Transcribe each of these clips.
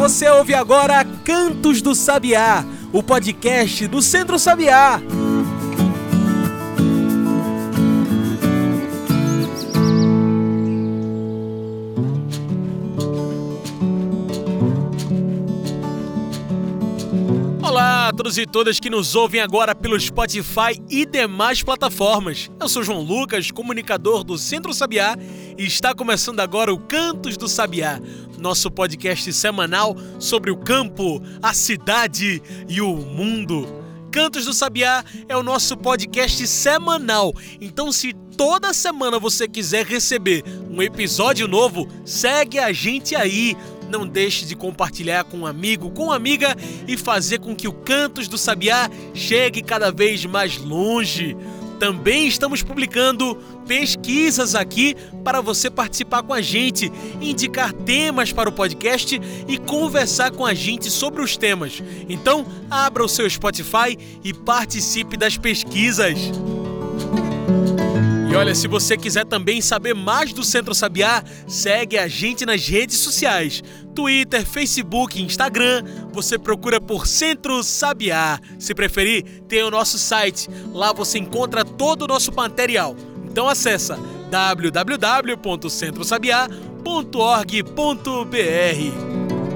Você ouve agora Cantos do Sabiá, o podcast do Centro Sabiá. Olá a todos e todas que nos ouvem agora pelo Spotify e demais plataformas. Eu sou João Lucas, comunicador do Centro Sabiá, e está começando agora o Cantos do Sabiá, nosso podcast semanal sobre o campo, a cidade e o mundo. Cantos do Sabiá é o nosso podcast semanal, então se toda semana você quiser receber um episódio novo, segue a gente aí. Não deixe de compartilhar com um amigo, com uma amiga e fazer com que o Cantos do Sabiá chegue cada vez mais longe. Também estamos publicando pesquisas aqui para você participar com a gente, indicar temas para o podcast e conversar com a gente sobre os temas. Então, abra o seu Spotify e participe das pesquisas. E olha, se você quiser também saber mais do Centro Sabiá, segue a gente nas redes sociais. Twitter, Facebook, Instagram, você procura por Centro Sabiá. Se preferir, tem o nosso site. Lá você encontra todo o nosso material. Então acessa www.centrosabiá.org.br.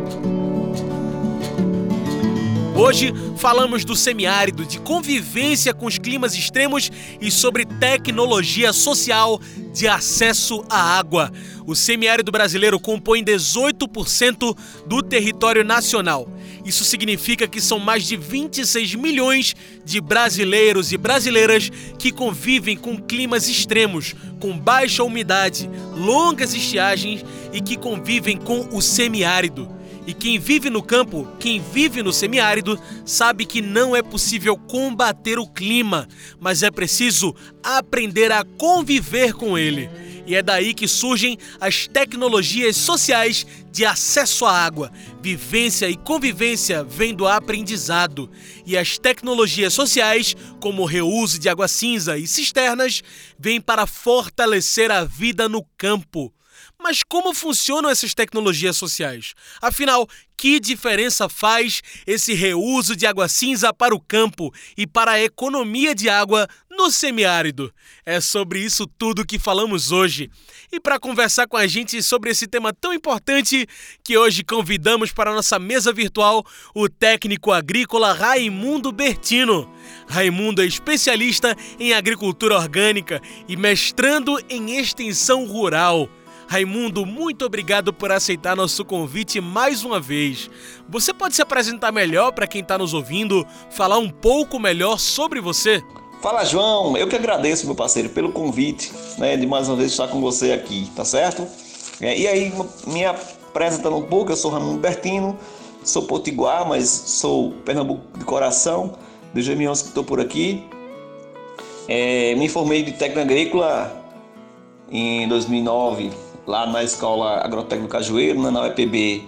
Hoje falamos do semiárido, de convivência com os climas extremos e sobre tecnologia social de acesso à água. O semiárido brasileiro compõe 18% do território nacional. Isso significa que são mais de 26 milhões de brasileiros e brasileiras que convivem com climas extremos, com baixa umidade, longas estiagens e que convivem com o semiárido. E quem vive no campo, quem vive no semiárido, sabe que não é possível combater o clima, mas é preciso aprender a conviver com ele. E é daí que surgem as tecnologias sociais de acesso à água. Vivência e convivência vêm do aprendizado. E as tecnologias sociais, como o reuso de água cinza e cisternas, vêm para fortalecer a vida no campo. Mas como funcionam essas tecnologias sociais? Afinal, que diferença faz esse reuso de água cinza para o campo e para a economia de água no semiárido? É sobre isso tudo que falamos hoje. E para conversar com a gente sobre esse tema tão importante, que hoje convidamos para a nossa mesa virtual o técnico agrícola Raimundo Bertino. Raimundo é especialista em agricultura orgânica e mestrando em extensão rural. Raimundo, muito obrigado por aceitar nosso convite mais uma vez. Você pode se apresentar melhor para quem está nos ouvindo, falar um pouco melhor sobre você? Fala, João. Eu que agradeço, meu parceiro, pelo convite, de mais uma vez estar com você aqui, tá certo? E aí, me apresentando um pouco, eu sou Raimundo Bertino, sou potiguar, mas sou Pernambuco de coração, desde 2011 que estou por aqui. Me formei de técnico agrícola em 2009, lá na Escola Agrotécnica do Cajueiro, na UEPB,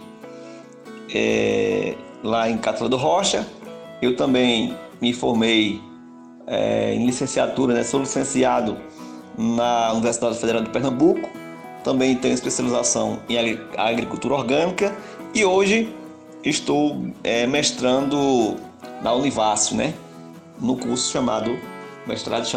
lá em Catolé do Rocha. Eu também me formei em licenciatura, sou licenciado na Universidade Federal de Pernambuco. Também tenho especialização em agricultura orgânica e hoje estou mestrando na Univasf, no curso chamado mestrado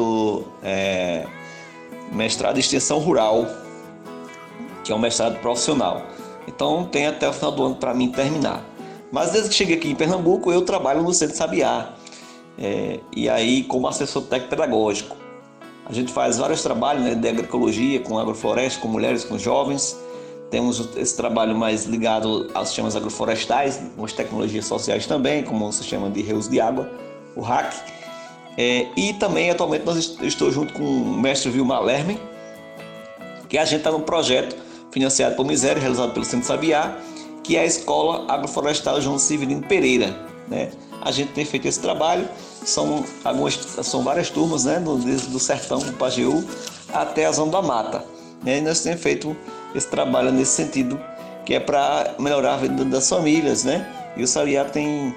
em extensão rural, que é um mestrado profissional. Então tem até o final do ano para mim terminar. Mas desde que cheguei aqui em Pernambuco, eu trabalho no Centro Sabiá, e aí como assessor técnico pedagógico. A gente faz vários trabalhos de agroecologia, com agrofloresta, com mulheres, com jovens. Temos esse trabalho mais ligado aos sistemas agroflorestais, com as tecnologias sociais também, como o sistema de reuso de água, o RAC. E também atualmente estou junto com o mestre Vilmar Lermen, que a gente está num projeto financiado por Miséria, realizado pelo Centro Sabiá, que é a Escola Agroflorestal João Severino Pereira. A gente tem feito esse trabalho, são várias turmas, do sertão do Pajeú até a Zona da Mata. E nós temos feito esse trabalho nesse sentido, que é para melhorar a vida das famílias, E o Sabiá tem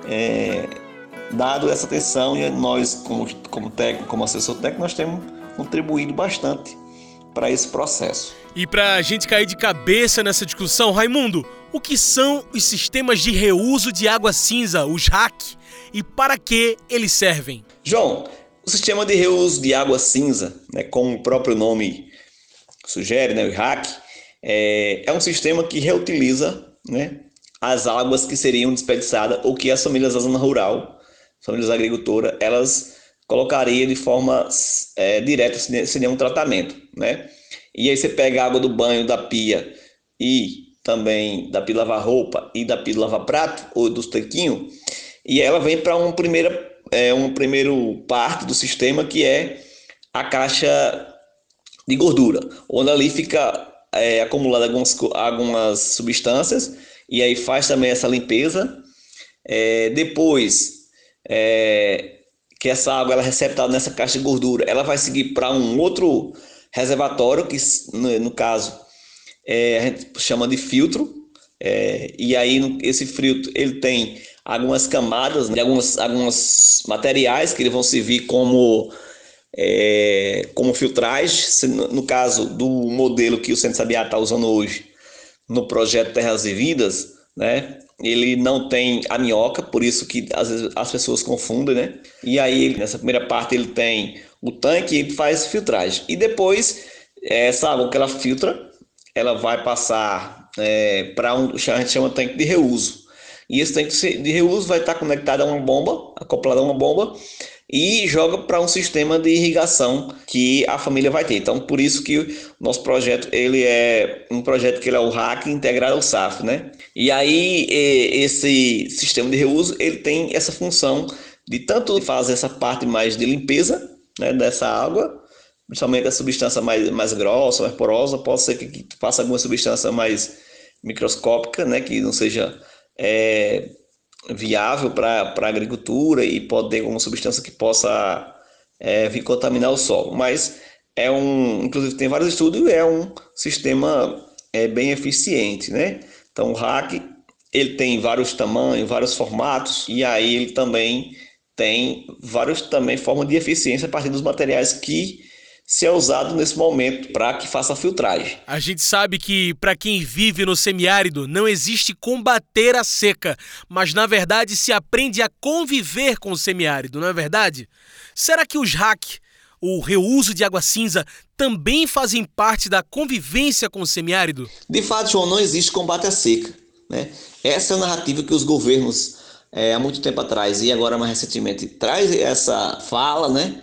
dado essa atenção, e nós, como técnico, como assessor técnico, nós temos contribuído bastante para esse processo. E para a gente cair de cabeça nessa discussão, Raimundo, O que são os sistemas de reuso de água cinza, os RAC, e para que eles servem? João, o sistema de reuso de água cinza, né, como o próprio nome sugere, né, o RAC, é um sistema que reutiliza, né, as águas que seriam desperdiçadas ou que as famílias da zona rural, famílias agricultoras, elas colocariam de forma direta, sem nenhum tratamento, né? E aí você pega a água do banho, da pia e também da pia de lavar roupa e da pia de lavar prato ou dos tanquinhos, e ela vem para um primeiro parte do sistema, que é a caixa de gordura, onde ali fica acumulada algumas substâncias, e aí faz também essa limpeza. Depois que essa água ela é receptada nessa caixa de gordura, ela vai seguir para um outro reservatório, que no caso a gente chama de filtro. E aí esse filtro ele tem algumas camadas, né, alguns materiais que eles vão servir como filtragem. No caso do modelo que o Centro Sabiá está usando hoje no projeto Terras e Vidas, né, ele não tem a minhoca, por isso que às vezes as pessoas confundem, né? E aí nessa primeira parte ele tem o tanque e ele faz filtragem. E depois essa água que ela filtra, ela vai passar para a gente chama de tanque de reuso. E esse tanque de reuso vai estar conectado a uma bomba, acoplado a uma bomba, e joga para um sistema de irrigação que a família vai ter. Então, por isso que o nosso projeto ele é um projeto que ele é o RAC integrado ao SAF, né? E aí esse sistema de reuso ele tem essa função de tanto fazer essa parte mais de limpeza, né, dessa água, principalmente a substância mais grossa, mais porosa. Pode ser que faça alguma substância mais microscópica, né, que não seja viável para a agricultura, e pode ter alguma substância que possa vir contaminar o solo. Mas inclusive tem vários estudos, é um sistema bem eficiente, né? Então o RAC ele tem vários tamanhos, vários formatos, e aí ele também tem várias formas de eficiência a partir dos materiais que se é usado nesse momento para que faça a filtragem. A gente sabe que para quem vive no semiárido não existe combater a seca, mas na verdade se aprende a conviver com o semiárido, não é verdade? Será que os RAC, o reuso de água cinza, também fazem parte da convivência com o semiárido? De fato, João, não existe combate à seca, né? Essa é a narrativa que os governos há muito tempo atrás e agora mais recentemente traz essa fala, né?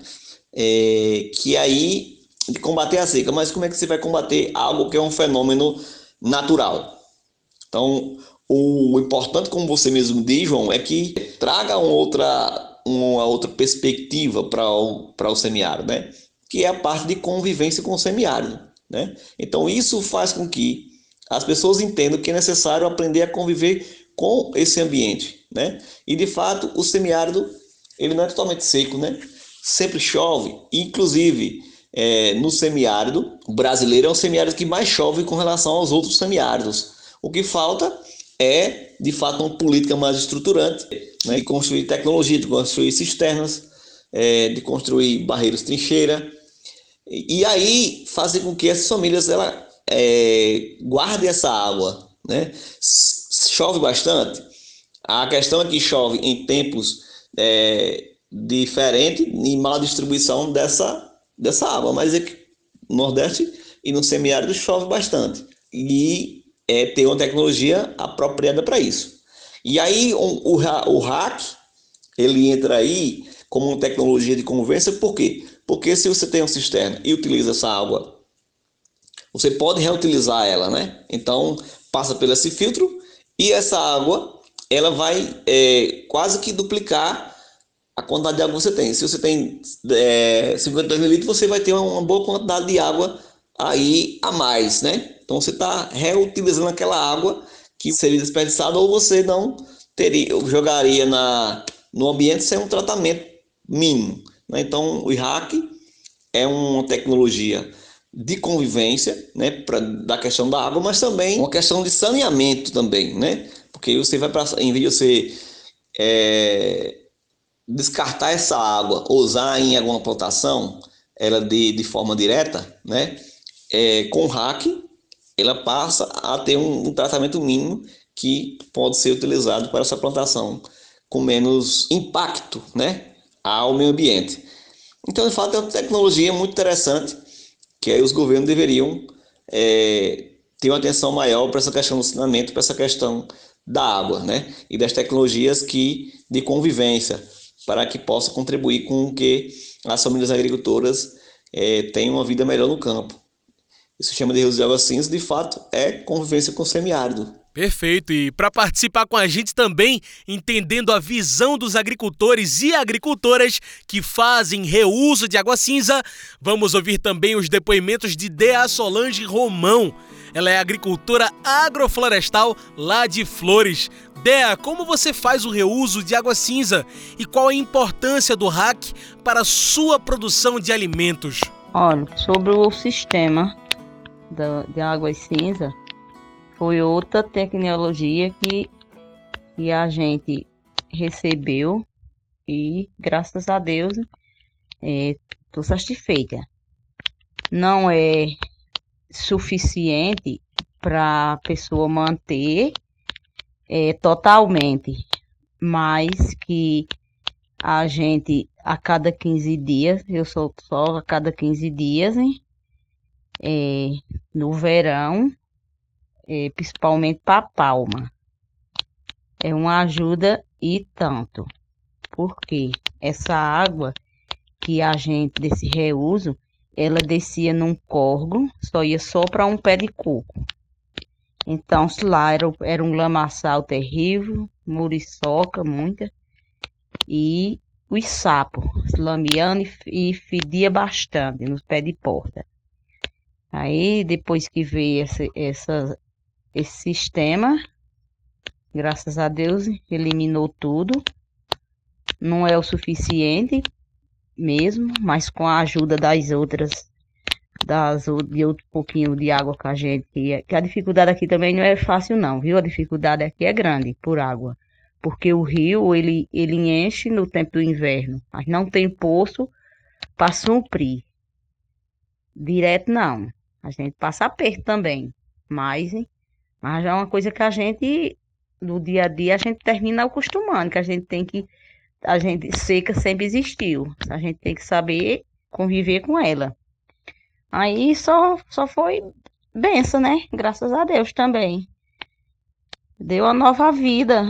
Que aí de combater a seca. Mas como é que você vai combater algo que é um fenômeno natural? Então, o importante, como você mesmo diz, João, é que traga uma outra perspectiva para o semiárido, né? Que é a parte de convivência com o semiárido, né? Então, isso faz com que as pessoas entendam que é necessário aprender a conviver com esse ambiente, né? E, de fato, o semiárido ele não é totalmente seco, né? Sempre chove, inclusive no semiárido, o brasileiro é o semiárido que mais chove com relação aos outros semiáridos. O que falta é, de fato, uma política mais estruturante, né, de construir tecnologia, de construir cisternas, de construir barreiros trincheira, e aí fazer com que essas famílias guardem essa água, né? Chove bastante, a questão é que chove em tempos diferente e mala distribuição dessa água, mas é que no Nordeste e no semiárido chove bastante, e ter uma tecnologia apropriada para isso. E aí o RAC ele entra aí como uma tecnologia de convivência. Por quê? Porque se você tem uma cisterna e utiliza essa água, você pode reutilizar ela, né? Então passa pelo esse filtro, e essa água ela vai quase que duplicar a quantidade de água que você tem. Se você tem 52 ml, você vai ter uma boa quantidade de água aí a mais, né? Então você está reutilizando aquela água que seria desperdiçada, ou você não jogaria no ambiente sem um tratamento mínimo, né? Então o RAC é uma tecnologia de convivência, né, da questão da água, mas também uma questão de saneamento também, né? Porque você vai em vez de você descartar essa água, usar em alguma plantação ela de forma direta, né? Com o RAC ela passa a ter um tratamento mínimo que pode ser utilizado para essa plantação com menos impacto, né, ao meio ambiente. Então, de fato, é uma tecnologia muito interessante que aí os governos deveriam ter uma atenção maior para essa questão do saneamento, para essa questão da água, né, e das tecnologias de convivência, para que possa contribuir com que as famílias agricultoras tenham uma vida melhor no campo. Isso chama de reuso de água cinza, de fato, é convivência com o semiárido. Perfeito. E para participar com a gente também, entendendo a visão dos agricultores e agricultoras que fazem reuso de água cinza, vamos ouvir também os depoimentos de Dea Solange Romão. Ela é agricultora agroflorestal lá de Flores. Dea, como você faz o reuso de água cinza e qual a importância do RAC para a sua produção de alimentos? Olha, sobre o sistema de água cinza, foi outra tecnologia que a gente recebeu e, graças a Deus, estou satisfeita. Não é suficiente para a pessoa manter totalmente, mas que a gente, a cada 15 dias, eu solto só a cada 15 dias, no verão, principalmente para a palma. É uma ajuda e tanto, porque essa água que a gente, desse reuso, ela descia num córrego, só ia só para um pé de coco. Então, lá era um lamaçal terrível, muriçoca, muita, e os sapos lameando e fedia bastante nos pés de porta. Aí, depois que veio esse sistema, graças a Deus, eliminou tudo. Não é o suficiente mesmo, mas com a ajuda das outras, de outro pouquinho de água que a gente... Que a dificuldade aqui também não é fácil não, viu? A dificuldade aqui é grande por água. Porque o rio, ele enche no tempo do inverno, mas não tem poço para suprir. Direto não. A gente passa aperto também, mas já é uma coisa que a gente, no dia a dia, a gente termina acostumando, que a gente seca sempre existiu. A gente tem que saber conviver com ela. Aí só foi benção, né? Graças a Deus também. Deu uma nova vida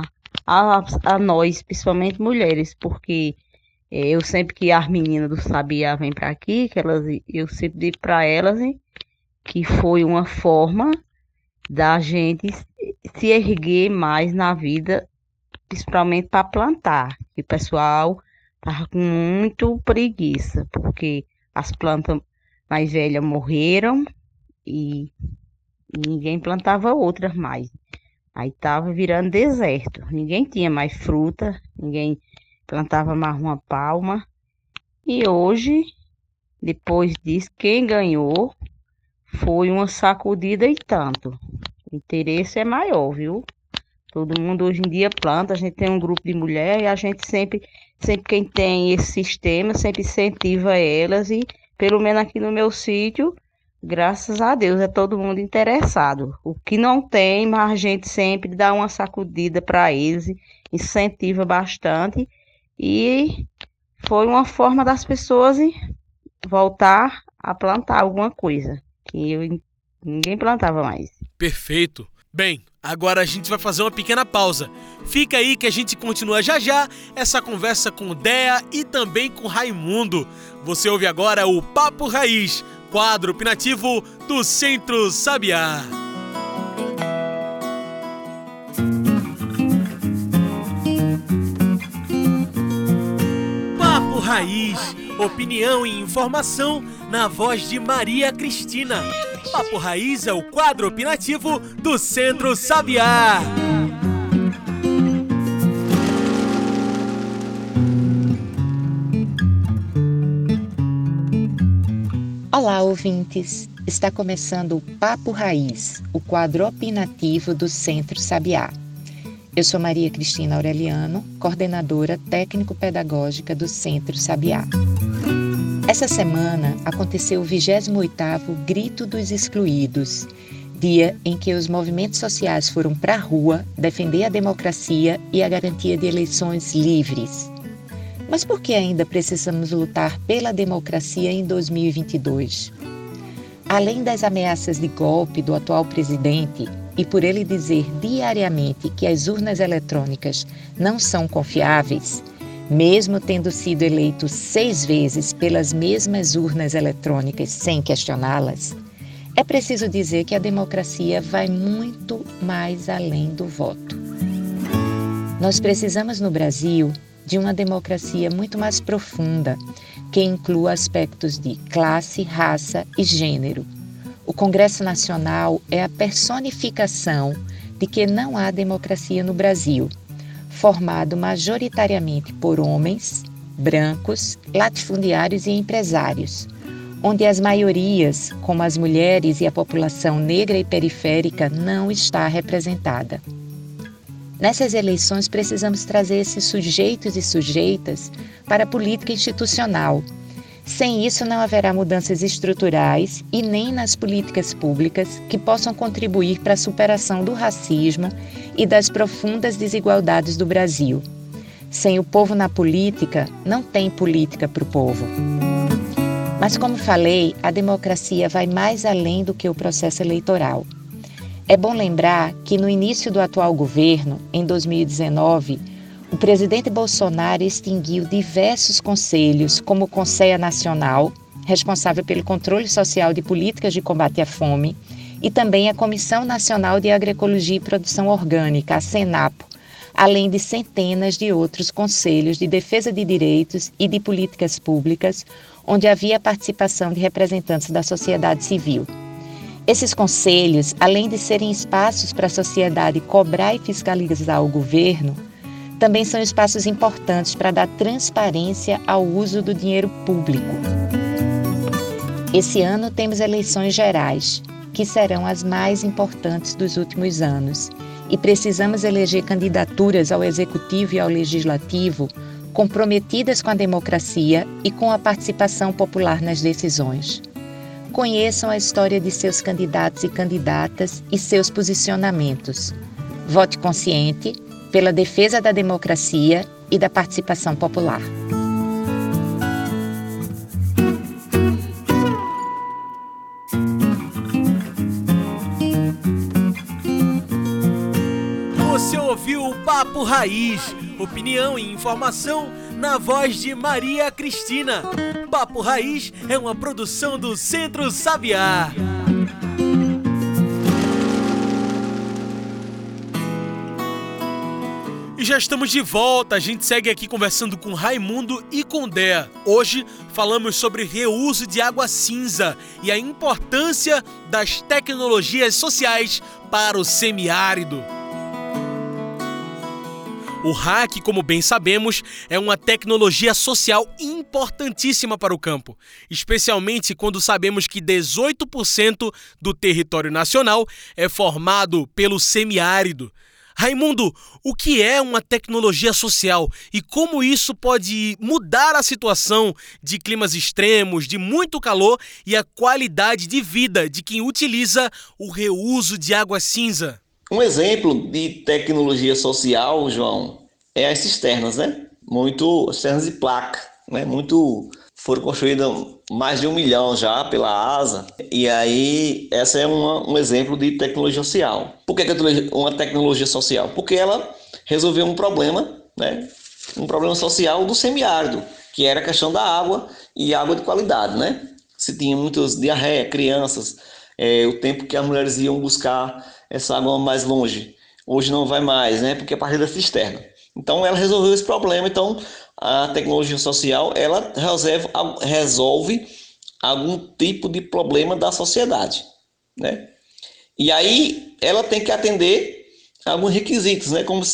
a nós, principalmente mulheres, porque eu sempre que as meninas do Sabiá vêm para aqui, eu sempre digo para elas que foi uma forma da gente se erguer mais na vida, principalmente para plantar. E o pessoal estava com muito preguiça, porque as plantas mais velhas morreram e ninguém plantava outras mais. Aí estava virando deserto, ninguém tinha mais fruta, ninguém plantava mais uma palma. E hoje, depois disso, quem ganhou foi uma sacudida e tanto. O interesse é maior, viu? Todo mundo hoje em dia planta, a gente tem um grupo de mulheres e a gente sempre quem tem esse sistema, sempre incentiva elas e, pelo menos aqui no meu sítio, graças a Deus, é todo mundo interessado. O que não tem, mas a gente sempre dá uma sacudida para eles, incentiva bastante e foi uma forma das pessoas voltar a plantar alguma coisa que ninguém plantava mais. Perfeito. Bem, agora a gente vai fazer uma pequena pausa. Fica aí que a gente continua já essa conversa com Dea e também com Raimundo. Você ouve agora o Papo Raiz, quadro opinativo do Centro Sabiá. Papo Raiz, opinião e informação na voz de Maria Cristina. Papo Raiz é o quadro opinativo do Centro Sabiá. Olá, ouvintes! Está começando o Papo Raiz, o quadro opinativo do Centro Sabiá. Eu sou Maria Cristina Aureliano, coordenadora técnico-pedagógica do Centro Sabiá. Essa semana aconteceu o 28º Grito dos Excluídos, dia em que os movimentos sociais foram para a rua defender a democracia e a garantia de eleições livres. Mas por que ainda precisamos lutar pela democracia em 2022? Além das ameaças de golpe do atual presidente, e por ele dizer diariamente que as urnas eletrônicas não são confiáveis, mesmo tendo sido eleito 6 vezes pelas mesmas urnas eletrônicas sem questioná-las, é preciso dizer que a democracia vai muito mais além do voto. Nós precisamos no Brasil de uma democracia muito mais profunda, que inclua aspectos de classe, raça e gênero. O Congresso Nacional é a personificação de que não há democracia no Brasil, formado majoritariamente por homens, brancos, latifundiários e empresários, onde as maiorias, como as mulheres e a população negra e periférica, não está representada. Nessas eleições, precisamos trazer esses sujeitos e sujeitas para a política institucional. Sem isso, não haverá mudanças estruturais e nem nas políticas públicas que possam contribuir para a superação do racismo e das profundas desigualdades do Brasil. Sem o povo na política, não tem política para o povo. Mas, como falei, a democracia vai mais além do que o processo eleitoral. É bom lembrar que no início do atual governo, em 2019, o presidente Bolsonaro extinguiu diversos conselhos, como o Conselho Nacional, responsável pelo controle social de políticas de combate à fome, e também a Comissão Nacional de Agroecologia e Produção Orgânica, a CENAPO, além de centenas de outros conselhos de defesa de direitos e de políticas públicas, onde havia a participação de representantes da sociedade civil. Esses conselhos, além de serem espaços para a sociedade cobrar e fiscalizar o governo, também são espaços importantes para dar transparência ao uso do dinheiro público. Esse ano temos eleições gerais, que serão as mais importantes dos últimos anos, e precisamos eleger candidaturas ao Executivo e ao Legislativo comprometidas com a democracia e com a participação popular nas decisões. Conheçam a história de seus candidatos e candidatas e seus posicionamentos. Vote consciente pela defesa da democracia e da participação popular. Você ouviu o Papo Raiz, opinião e informação na voz de Maria Cristina. Papo Raiz é uma produção do Centro Sabiá. E já estamos de volta, a gente segue aqui conversando com Raimundo e com Dea. Hoje falamos sobre reuso de água cinza e a importância das tecnologias sociais para o semiárido. O RAC, como bem sabemos, é uma tecnologia social importantíssima para o campo, especialmente quando sabemos que 18% do território nacional é formado pelo semiárido. Raimundo, o que é uma tecnologia social e como isso pode mudar a situação de climas extremos, de muito calor e a qualidade de vida de quem utiliza o reuso de água cinza? Um exemplo de tecnologia social, João, é as cisternas, né? Cisternas de placa, né? Foram construídas mais de 1 milhão já pela ASA, e aí essa é um exemplo de tecnologia social. Por que uma tecnologia social? Porque ela resolveu um problema, né? Um problema social do semiárido, que era a questão da água e água de qualidade, né? Se tinha muitas diarreia, crianças, o tempo que as mulheres iam buscar essa água mais longe, hoje não vai mais, né? Porque é a partir da cisterna. Então ela resolveu esse problema. Então a tecnologia social ela resolve algum tipo de problema da sociedade, né? E aí ela tem que atender a alguns requisitos, né? Como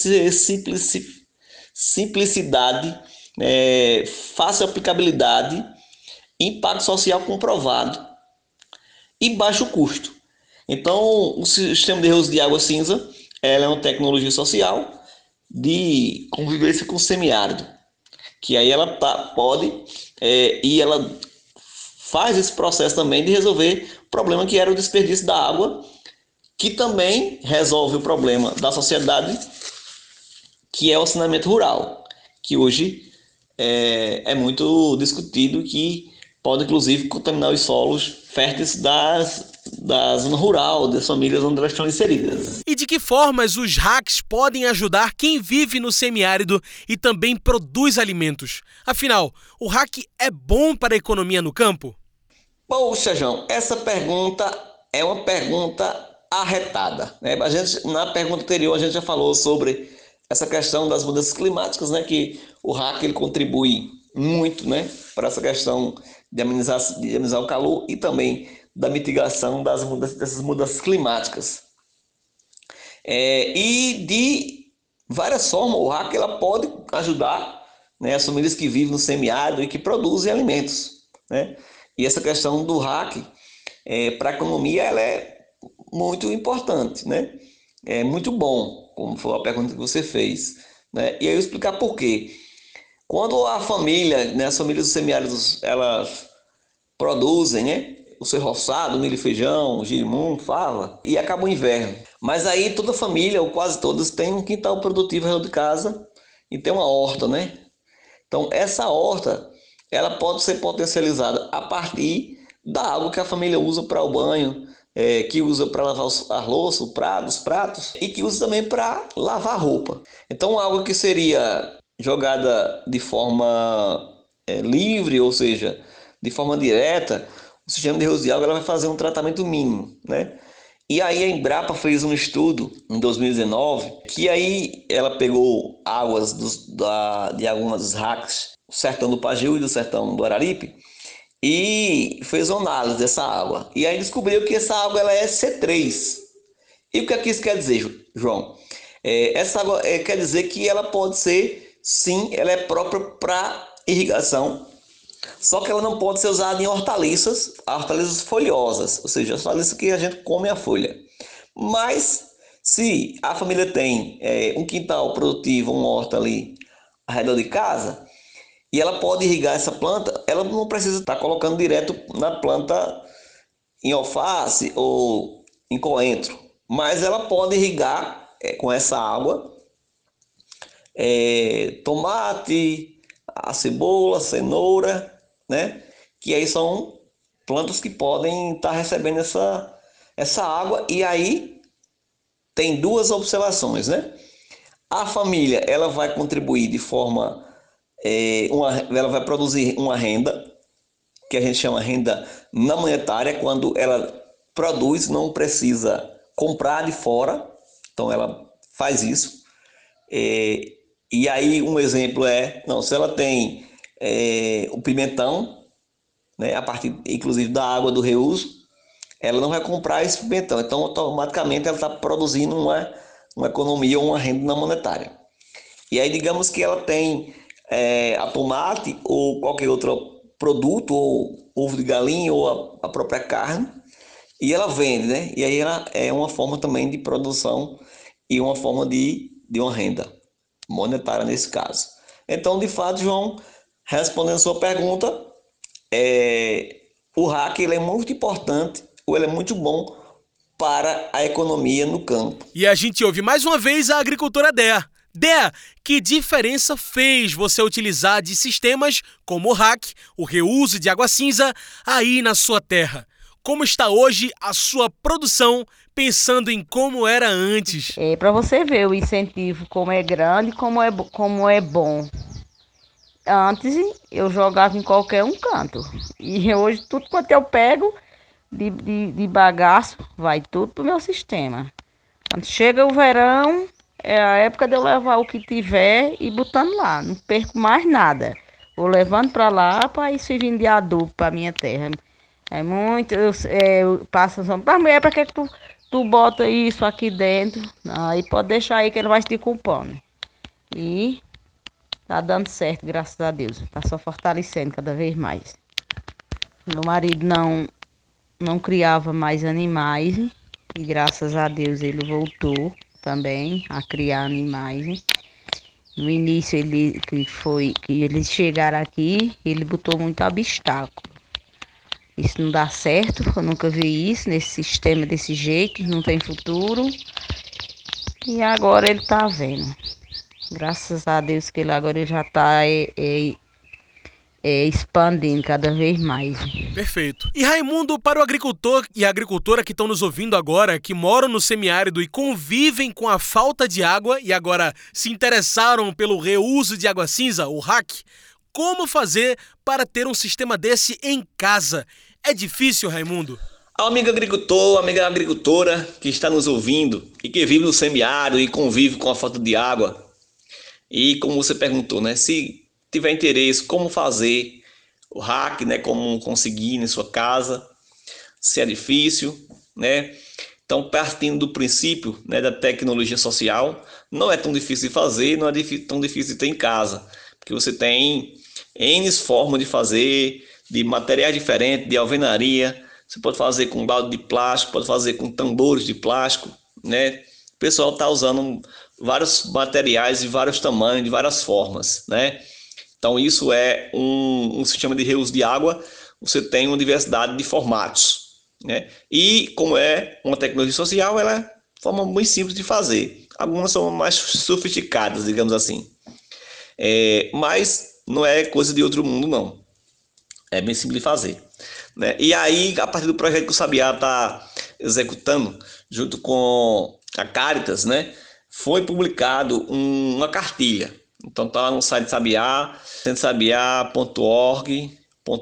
simplicidade, fácil aplicabilidade, impacto social comprovado e baixo custo. Então o sistema de reuso de água cinza ela é uma tecnologia social de convivência com o semiárido, que aí ela pode e ela faz esse processo também de resolver o problema que era o desperdício da água, que também resolve o problema da sociedade, que é o saneamento rural, que hoje é muito discutido, que pode inclusive contaminar os solos férteis da zona rural, das famílias onde elas estão inseridas. E de que formas os hacks podem ajudar quem vive no semiárido e também produz alimentos? Afinal, o hack é bom para a economia no campo? Poxa, João, essa pergunta é uma pergunta arretada, né? Na pergunta anterior a gente já falou sobre essa questão das mudanças climáticas, né? Que o hack ele contribui muito, né? Para essa questão de amenizar o calor e também da mitigação dessas mudanças climáticas. E de várias formas, o hack ela pode ajudar, né, as famílias que vivem no semiárido e que produzem alimentos, né? E essa questão do hack para a economia ela é muito importante, né? É muito bom, como foi a pergunta que você fez, né? E aí eu explicar por quê. Quando a família, né, as famílias dos semiáridos, elas produzem, né, o seu roçado, milho e feijão, girimum, fava, e acaba o inverno. Mas aí toda família, ou quase todas, tem um quintal produtivo ao redor de casa e tem uma horta, né? Então essa horta, ela pode ser potencializada a partir da água que a família usa para o banho, que usa para lavar a louça, os pratos, e que usa também para lavar a roupa. Então água que seria jogada de forma livre, ou seja, de forma direta, o sistema de reuso de água ela vai fazer um tratamento mínimo, né? E aí a Embrapa fez um estudo em 2019, que aí ela pegou águas de algumas hacks, do sertão do Pajeú e do sertão do Araripe, e fez uma análise dessa água. E aí descobriu que essa água ela é C3. E o que é que isso quer dizer, João? Essa água quer dizer que ela pode ser, sim, ela é própria para irrigação, só que ela não pode ser usada em hortaliças folhosas, ou seja, as hortaliças que a gente come a folha. Mas se a família tem um quintal produtivo, uma horta ali ao redor de casa, e ela pode irrigar essa planta, ela não precisa estar colocando direto na planta em alface ou em coentro, mas ela pode irrigar com essa água tomate, a cebola, a cenoura, né? Que aí são plantas que podem estar recebendo essa água. E aí tem duas observações, né? A família ela vai contribuir de forma ela vai produzir uma renda que a gente chama renda não monetária, quando ela produz, não precisa comprar de fora, então ela faz isso. E aí um exemplo se ela tem o pimentão, né, a partir inclusive da água do reuso, ela não vai comprar esse pimentão, então automaticamente ela está produzindo uma economia ou uma renda não monetária. E aí digamos que ela tem a tomate ou qualquer outro produto, ou ovo de galinha, ou a própria carne, e ela vende, né? E aí ela é uma forma também de produção e uma forma de uma renda monetária nesse caso. Então, de fato, João, respondendo a sua pergunta, o hack ele é muito importante, ou ele é muito bom para a economia no campo. E a gente ouve mais uma vez a agricultora Dea. Dea, que diferença fez você utilizar de sistemas como o hack, o reuso de água cinza, aí na sua terra? Como está hoje a sua produção, pensando em como era antes? Para você ver o incentivo como é grande, como é bom. Antes eu jogava em qualquer um canto. E hoje tudo quanto eu pego de bagaço, vai tudo pro meu sistema. Quando chega o verão, é a época de eu levar o que tiver e botando lá. Não perco mais nada. Vou levando para lá para ir servindo de adubo para minha terra. É muito, eu passo para mulher, para que tu bota isso aqui dentro? Aí pode deixar aí que ele vai se decompondo. E tá dando certo, graças a Deus. Tá só fortalecendo cada vez mais. Meu marido não criava mais animais e graças a Deus ele voltou também a criar animais. No início que eles chegaram aqui, ele botou muito obstáculo. isso não dá certo, eu nunca vi isso nesse sistema desse jeito, não tem futuro. E agora ele tá vendo. Graças a Deus que ele agora já está expandindo cada vez mais. Perfeito. E Raimundo, para o agricultor e a agricultora que estão nos ouvindo agora, que moram no semiárido e convivem com a falta de água e agora se interessaram pelo reuso de água cinza, o RAC, como fazer para ter um sistema desse em casa? É difícil, Raimundo? Amigo agricultor, amiga agricultora que está nos ouvindo e que vive no semiárido e convive com a falta de água, e como você perguntou, né, se tiver interesse, como fazer o RAC, né, como conseguir em sua casa, se é difícil, né? Então, partindo do princípio, né, da tecnologia social, não é tão difícil de fazer, não é tão difícil de ter em casa, porque você tem N formas de fazer, de materiais diferentes, de alvenaria. Você pode fazer com balde de plástico, pode fazer com tambores de plástico, né? O pessoal está usando vários materiais de vários tamanhos, de várias formas, né? Então isso é um sistema de reuso de água. Você tem uma diversidade de formatos, né? E como é uma tecnologia social, ela é uma forma muito simples de fazer. Algumas são mais sofisticadas, digamos assim. Mas não é coisa de outro mundo, não. É bem simples de fazer, né? E aí, a partir do projeto que o Sabiá está executando, junto com a Caritas, né, foi publicado uma cartilha. Então está lá no site Sabiá, centrosabiá.org.br,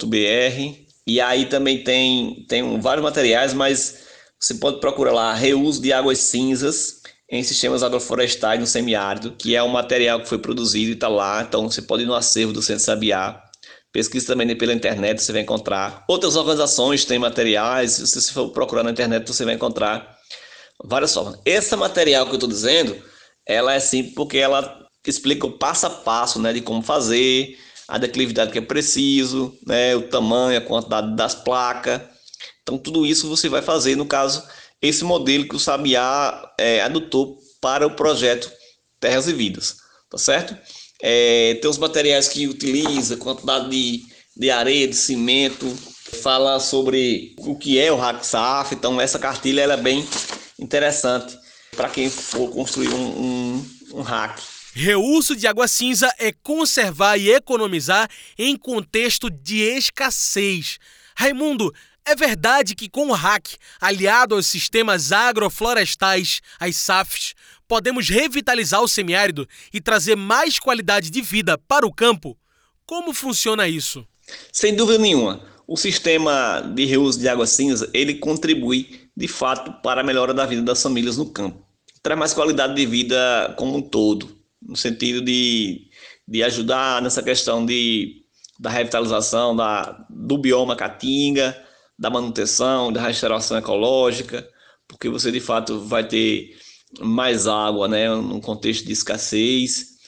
e aí também tem vários materiais, mas você pode procurar lá reuso de águas cinzas em sistemas agroflorestais no semiárido, que é um material que foi produzido e está lá. Então você pode ir no acervo do Centro Sabiá. Pesquisa também pela internet, você vai encontrar. Outras organizações têm materiais, se você for procurar na internet, você vai encontrar várias formas. Esse material que eu estou dizendo, ela é simples porque ela explica o passo a passo, né, de como fazer, a declividade que é preciso, né, o tamanho, a quantidade das placas. Então, tudo isso você vai fazer, no caso, esse modelo que o Sabiá adotou para o projeto Terras e Vidas, tá certo? Tem os materiais que utiliza, quantidade de areia, de cimento, fala sobre o que é o RAC SAF. Então essa cartilha ela é bem interessante para quem for construir um RAC. Reuso de água cinza é conservar e economizar em contexto de escassez. Raimundo, é verdade que com o RAC, aliado aos sistemas agroflorestais, as SAFs, podemos revitalizar o semiárido e trazer mais qualidade de vida para o campo? Como funciona isso? Sem dúvida nenhuma, o sistema de reuso de água cinza, ele contribui, de fato, para a melhora da vida das famílias no campo. Traz mais qualidade de vida como um todo, no sentido de ajudar nessa questão da revitalização do bioma caatinga, da manutenção, da restauração ecológica, porque você, de fato, vai ter mais água, né, num contexto de escassez,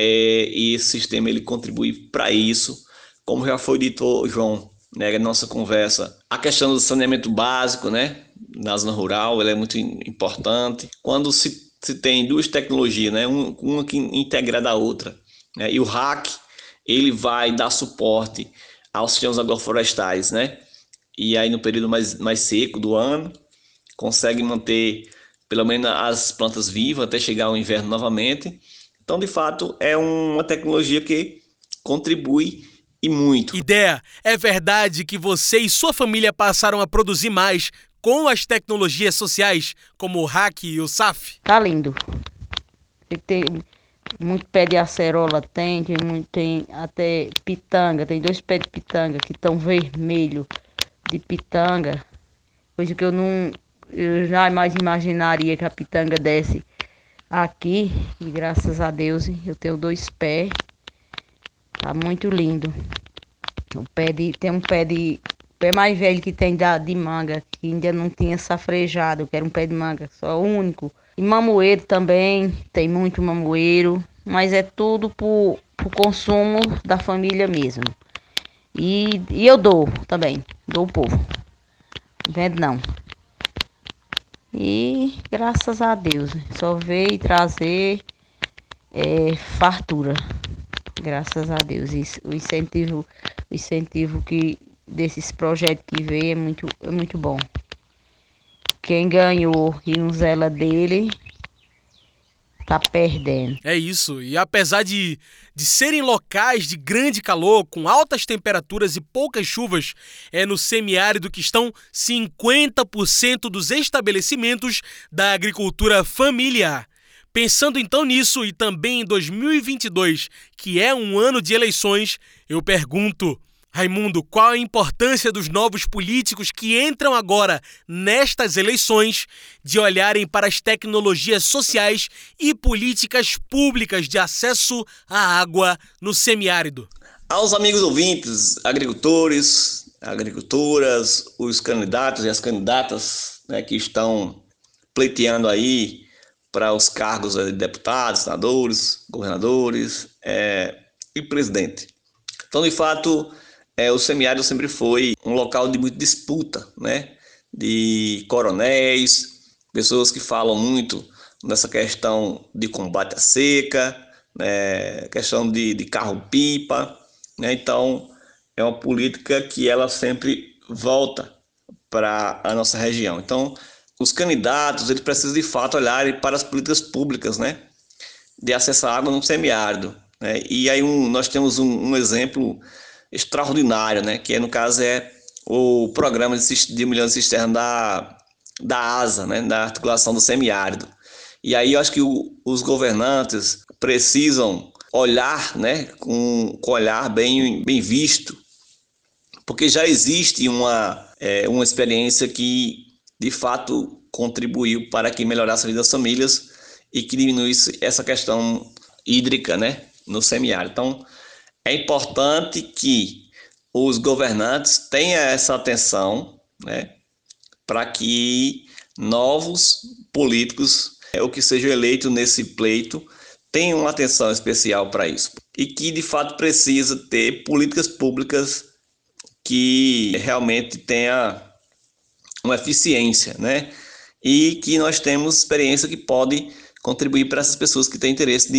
e esse sistema ele contribui para isso, como já foi dito, João, né, na nossa conversa. A questão do saneamento básico, né, na zona rural, ela é muito importante. Quando se tem duas tecnologias, né, uma que integrada à outra, né, e o RAC ele vai dar suporte aos sistemas agroflorestais, né, e aí no período mais seco do ano consegue manter pelo menos as plantas vivas até chegar ao inverno novamente. Então, de fato, é uma tecnologia que contribui e muito. Ideia, é verdade que você e sua família passaram a produzir mais com as tecnologias sociais, como o RAC e o SAF? Tá lindo. Tem muito pé de acerola, tem até pitanga, tem 2 pés de pitanga que estão vermelhos de pitanga, coisa que eu jamais imaginaria que a pitanga desce aqui, e graças a Deus eu tenho 2 pés, tá muito lindo. Tem um pé mais velho que tem de manga, que ainda não tinha safrejado, que era um pé de manga, só o único. E mamoeiro também, tem muito mamoeiro, mas é tudo pro consumo da família mesmo. E eu dou também, dou o povo, não vendo não. E graças a Deus, só veio trazer fartura. Graças a Deus, o incentivo que desses projetos que vem é muito bom. Quem ganhou e não zela dele, tá perdendo. É isso, e apesar de serem locais de grande calor, com altas temperaturas e poucas chuvas, é no semiárido que estão 50% dos estabelecimentos da agricultura familiar. Pensando então nisso e também em 2022, que é um ano de eleições, eu pergunto, Raimundo, qual a importância dos novos políticos que entram agora nestas eleições de olharem para as tecnologias sociais e políticas públicas de acesso à água no semiárido? Aos amigos ouvintes, agricultores, agricultoras, os candidatos e as candidatas, né, que estão pleiteando aí para os cargos de deputados, senadores, governadores e presidente. Então, de fato, o semiárido sempre foi um local de muita disputa, né? De coronéis, pessoas que falam muito nessa questão de combate à seca, né? Questão de carro-pipa, né? Então, é uma política que ela sempre volta para a nossa região. Então, os candidatos, eles precisam de fato olharem para as políticas públicas, né? De acesso à água no semiárido, né? E aí nós temos um exemplo extraordinário, né? Que no caso é o programa de milhões de cisternas da ASA, né? Da articulação do semiárido. E aí eu acho que os governantes precisam olhar, né? Com olhar bem visto, porque já existe uma experiência que de fato contribuiu para que melhorasse a vida das famílias e que diminuísse essa questão hídrica, né, no semiárido. Então, é importante que os governantes tenham essa atenção, né, para que novos políticos, ou que sejam eleitos nesse pleito, tenham uma atenção especial para isso. E que, de fato, precisa ter políticas públicas que realmente tenha uma eficiência, né? E que nós temos experiência que pode contribuir para essas pessoas que têm interesse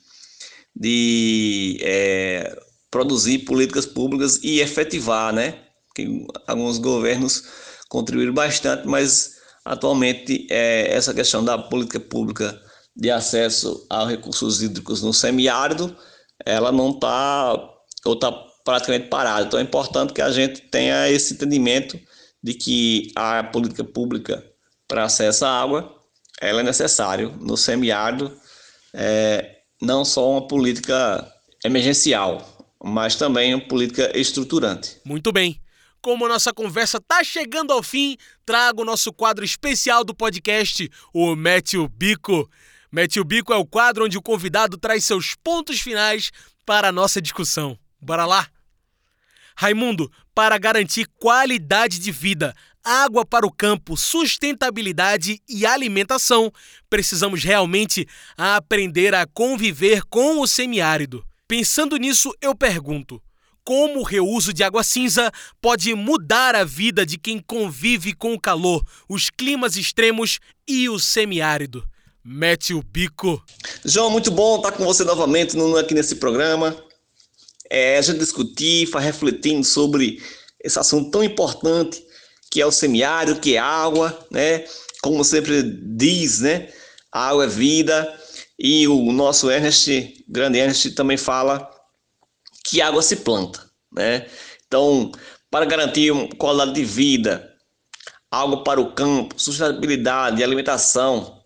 de produzir políticas públicas e efetivar, né? Que alguns governos contribuíram bastante, mas atualmente essa questão da política pública de acesso a recursos hídricos no semiárido, ela não está, ou está praticamente parada. Então é importante que a gente tenha esse entendimento de que a política pública para acesso à água, ela é necessária no semiárido, não só uma política emergencial, mas também uma política estruturante. Muito bem. Como a nossa conversa está chegando ao fim, trago o nosso quadro especial do podcast, o Mete o Bico. Mete o Bico é o quadro onde o convidado traz seus pontos finais para a nossa discussão. Bora lá? Raimundo, para garantir qualidade de vida, água para o campo, sustentabilidade e alimentação, precisamos realmente aprender a conviver com o semiárido. Pensando nisso, eu pergunto, como o reuso de água cinza pode mudar a vida de quem convive com o calor, os climas extremos e o semiárido? Mete o bico. João, muito bom estar com você novamente aqui nesse programa. A gente discutir, refletindo sobre esse assunto tão importante que é o semiárido, que é água, né? Como sempre diz, né? A água é vida. E o nosso grande Ernest, também fala que água se planta, né? Então, para garantir uma qualidade de vida, água para o campo, sustentabilidade, alimentação,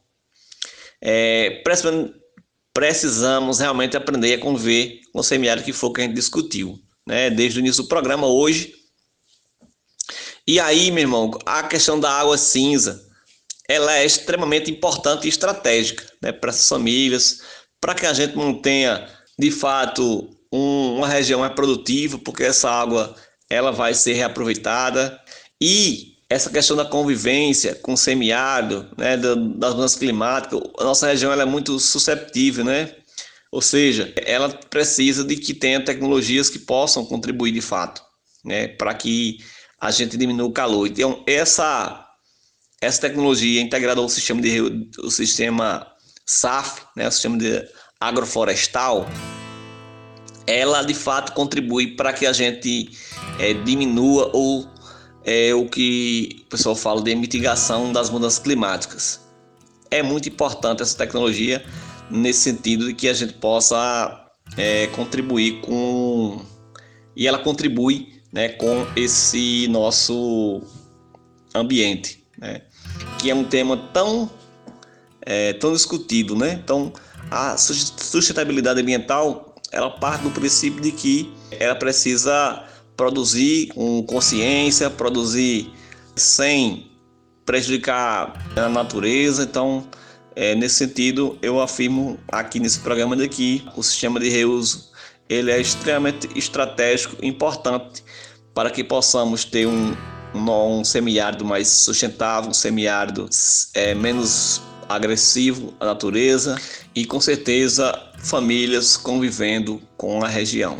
precisamos realmente aprender a conviver com o semiárido, que foi o que a gente discutiu, né? Desde o início do programa hoje. E aí, meu irmão, a questão da água cinza, ela é extremamente importante e estratégica, né, para essas famílias, para que a gente mantenha, de fato, uma região mais produtiva, porque essa água ela vai ser reaproveitada. E essa questão da convivência com o semiárido, né, das mudanças climáticas, a nossa região ela é muito susceptível, né? Ou seja, ela precisa de que tenha tecnologias que possam contribuir de fato, né, para que a gente diminua o calor. Então, essa tecnologia integrada ao o sistema SAF, né, o sistema agroflorestal, ela de fato contribui para que a gente diminua o que o pessoal fala de mitigação das mudanças climáticas. É muito importante essa tecnologia nesse sentido de que a gente possa contribuir com... E ela contribui, né, com esse nosso ambiente, né, que é um tema tão discutido, né? Então, a sustentabilidade ambiental, ela parte do princípio de que ela precisa produzir com consciência, produzir sem prejudicar a natureza. Então, nesse sentido, eu afirmo aqui nesse programa de que o sistema de reuso ele é extremamente estratégico, importante para que possamos ter um semiárido mais sustentável, um semiárido menos agressivo à natureza e, com certeza, famílias convivendo com a região.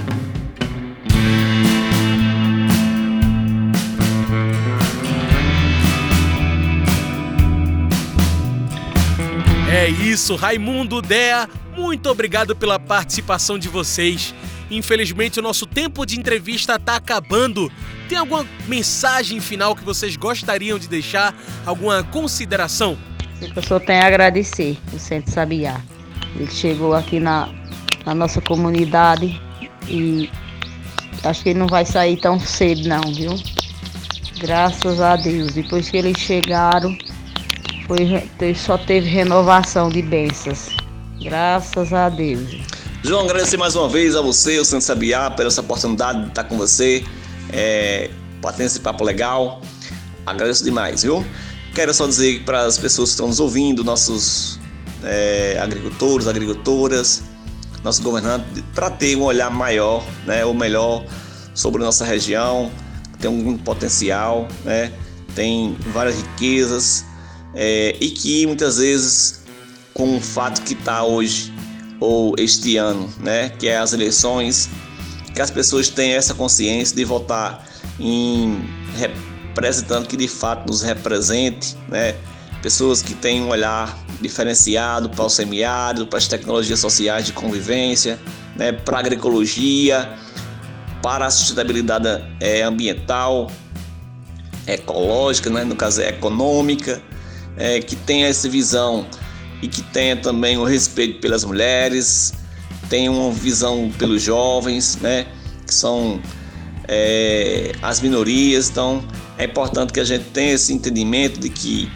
É isso, Raimundo, Dea, muito obrigado pela participação de vocês. Infelizmente, o nosso tempo de entrevista está acabando. Tem alguma mensagem final que vocês gostariam de deixar? Alguma consideração? Eu só tenho a agradecer o Centro Sabiá. Ele chegou aqui na nossa comunidade e acho que ele não vai sair tão cedo não, viu? Graças a Deus. Depois que eles chegaram, só teve renovação de bênçãos. Graças a Deus. João, agradecer mais uma vez a você, o Centro Sabiá, pela essa oportunidade de estar com você, para ter esse papo legal. Agradeço demais, viu? Quero só dizer para as pessoas que estão nos ouvindo, nossos agricultores, agricultoras, nossos governantes, para ter um olhar maior, né, ou melhor, sobre a nossa região, que tem um potencial, né, tem várias riquezas, e que muitas vezes, com o fato que está hoje, ou este ano, né, que é as eleições, que as pessoas tenham essa consciência de votar em representante que de fato nos represente, né, pessoas que têm um olhar diferenciado para o semiárido, para as tecnologias sociais de convivência, né, para a agroecologia, para a sustentabilidade ambiental, ecológica, né, no caso econômica, que tenha essa visão e que tenha também o respeito pelas mulheres, tenha uma visão pelos jovens, né, que são as minorias. Então é importante que a gente tenha esse entendimento de que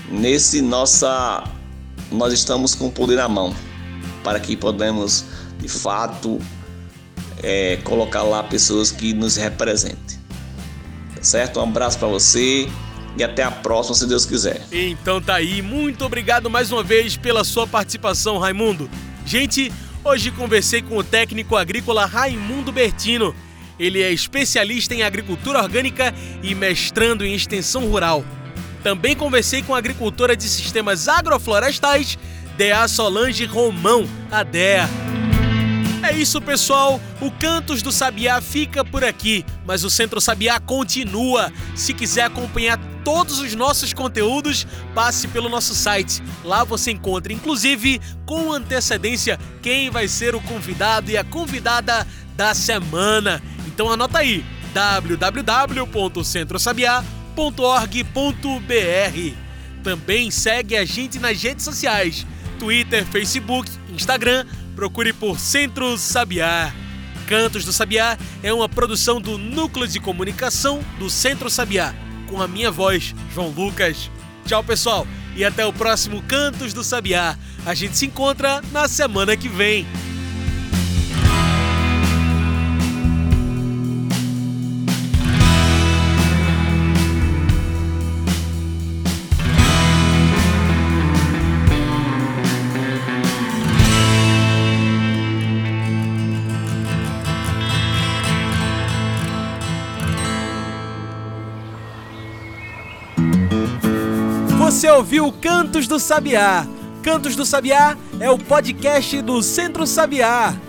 nós estamos com o poder na mão, para que podemos de fato colocar lá pessoas que nos representem. Tá certo? Um abraço para você e até a próxima, se Deus quiser. Então tá aí, muito obrigado mais uma vez pela sua participação, Raimundo. Gente, hoje conversei com o técnico agrícola Raimundo Bertino. Ele é especialista em agricultura orgânica e mestrando em extensão rural. Também conversei com a agricultora de sistemas agroflorestais, Dea Solange Romão, a Dea. É isso, pessoal, o Cantos do Sabiá fica por aqui, mas o Centro Sabiá continua. Se quiser acompanhar todos os nossos conteúdos, passe pelo nosso site. Lá você encontra, inclusive, com antecedência, quem vai ser o convidado e a convidada da semana. Então anota aí, www.centrosabiá.org.br. Também segue a gente nas redes sociais, Twitter, Facebook, Instagram. Procure por Centro Sabiá. Cantos do Sabiá é uma produção do Núcleo de Comunicação do Centro Sabiá, com a minha voz, João Lucas. Tchau, pessoal, e até o próximo Cantos do Sabiá. A gente se encontra na semana que vem. Você ouviu Cantos do Sabiá. Cantos do Sabiá é o podcast do Centro Sabiá.